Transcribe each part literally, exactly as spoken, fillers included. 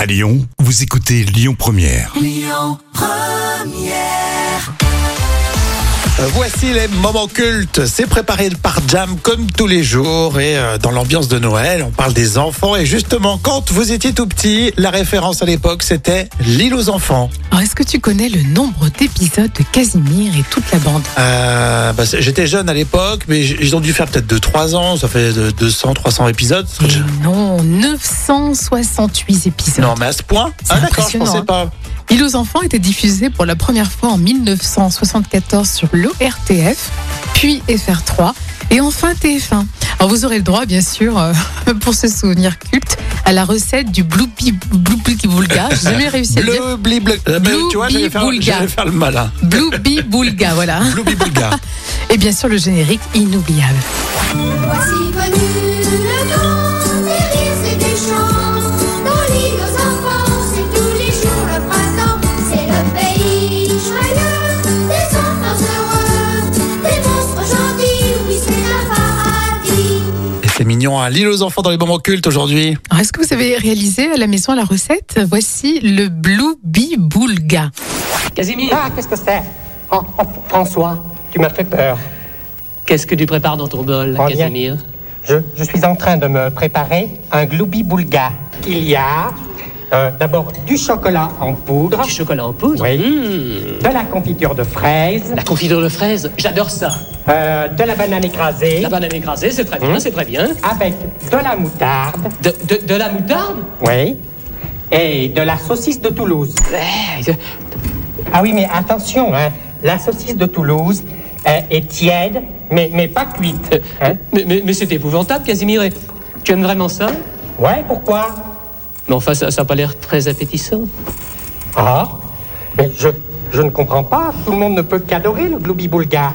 À Lyon, vous écoutez Lyon Première. Lyon Première. Voici les moments cultes. C'est préparé par Jam comme tous les jours et euh, dans l'ambiance de Noël, on parle des enfants et justement quand vous étiez tout petit, la référence à l'époque c'était l'île aux enfants. Alors, est-ce que tu connais le nombre d'épisodes de Casimir et toute la bande? Euh, bah, j'étais jeune à l'époque, mais ils ont dû faire peut-être deux trois ans, ça fait deux cents trois cents épisodes. Et non, neuf cent soixante-huit épisodes. Non mais à ce point? C'est Ah d'accord, je impressionnant, pensais hein. pas. L'île aux enfants était diffusée pour la première fois en dix-neuf cent soixante-quatorze sur l'O R T F, puis F R trois et enfin T F un. Alors vous aurez le droit, bien sûr, euh, pour ce souvenir culte, à la recette du Blooby Blooby Boulga. J'ai jamais réussi à le dire. Blooby Boulga. Tu vois, j'allais faire, j'allais faire le malin. Blooby Boulga, voilà. Blooby Boulga. Et bien sûr le générique inoubliable. Voici venu le temps des rires et des chants. Dans l'île aux enfants, c'est tous les jours le printemps. C'est le pays joyeux, des enfants heureux, des monstres gentils, oui c'est un paradis. Et c'est mignon, hein, l'île aux enfants dans les moments cultes aujourd'hui. Alors, est-ce que vous avez réalisé à la maison la recette? Voici le Blooby Boulga. Casimir, Ah, qu'est-ce que c'est? Oh, oh, François, tu m'as fait peur. qu'est-ce que tu prépares dans ton bol, Oh, bien. Casimir? Je, je suis en train de me préparer un Glooby Boulga. Il y a euh, d'abord du chocolat en poudre, Du chocolat en poudre? Oui. Mmh. de la confiture de fraises, La confiture de fraises, j'adore ça. euh, de la banane écrasée, La banane écrasée, c'est très bien, Mmh. c'est très bien. avec de la moutarde, De, de, de la moutarde? oui, et de la saucisse de Toulouse. Eh, de- Ah oui, mais attention, hein, la saucisse de Toulouse euh, est tiède, mais, mais pas cuite. Hein? mais mais, mais c'est épouvantable, Casimir. Et tu aimes vraiment ça? Ouais, pourquoi? Mais enfin, ça n'a pas l'air très appétissant. Ah, mais je, je ne comprends pas. Tout le monde ne peut qu'adorer le Glooby Boulga.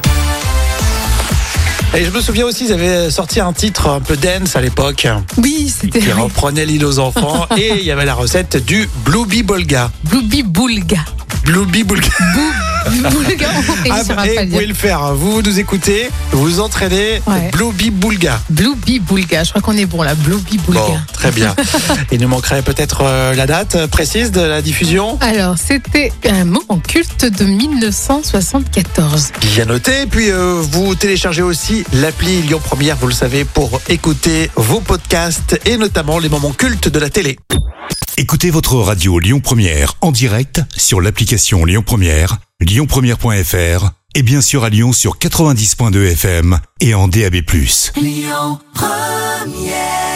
Et je me souviens aussi, ils avaient sorti un titre un peu dance à l'époque, Oui, c'était qui reprenait l'île aux enfants, et il y avait la recette du Blooby Boulga. Blooby Boulga. Blooby Boulga. Boulga, on Ah, réussira et pas à vous le pouvez dire. le faire, hein. Vous nous écoutez, vous entraînez Ouais. Blooby Boulga. Blooby Boulga, je crois qu'on est bon là, Blooby Boulga. Bon, très bien. Il nous manquerait peut-être euh, la date précise de la diffusion. Alors, c'était un moment culte de dix-neuf cent soixante-quatorze. Bien noté. Puis euh, vous téléchargez aussi l'appli Lyon Première, vous le savez, pour écouter vos podcasts et notamment les moments cultes de la télé. Écoutez votre radio Lyon Première en direct sur l'application Lyon Première, lyon première point f r et bien sûr à Lyon sur quatre-vingt-dix point deux F M et en D A B plus. Lyon Première.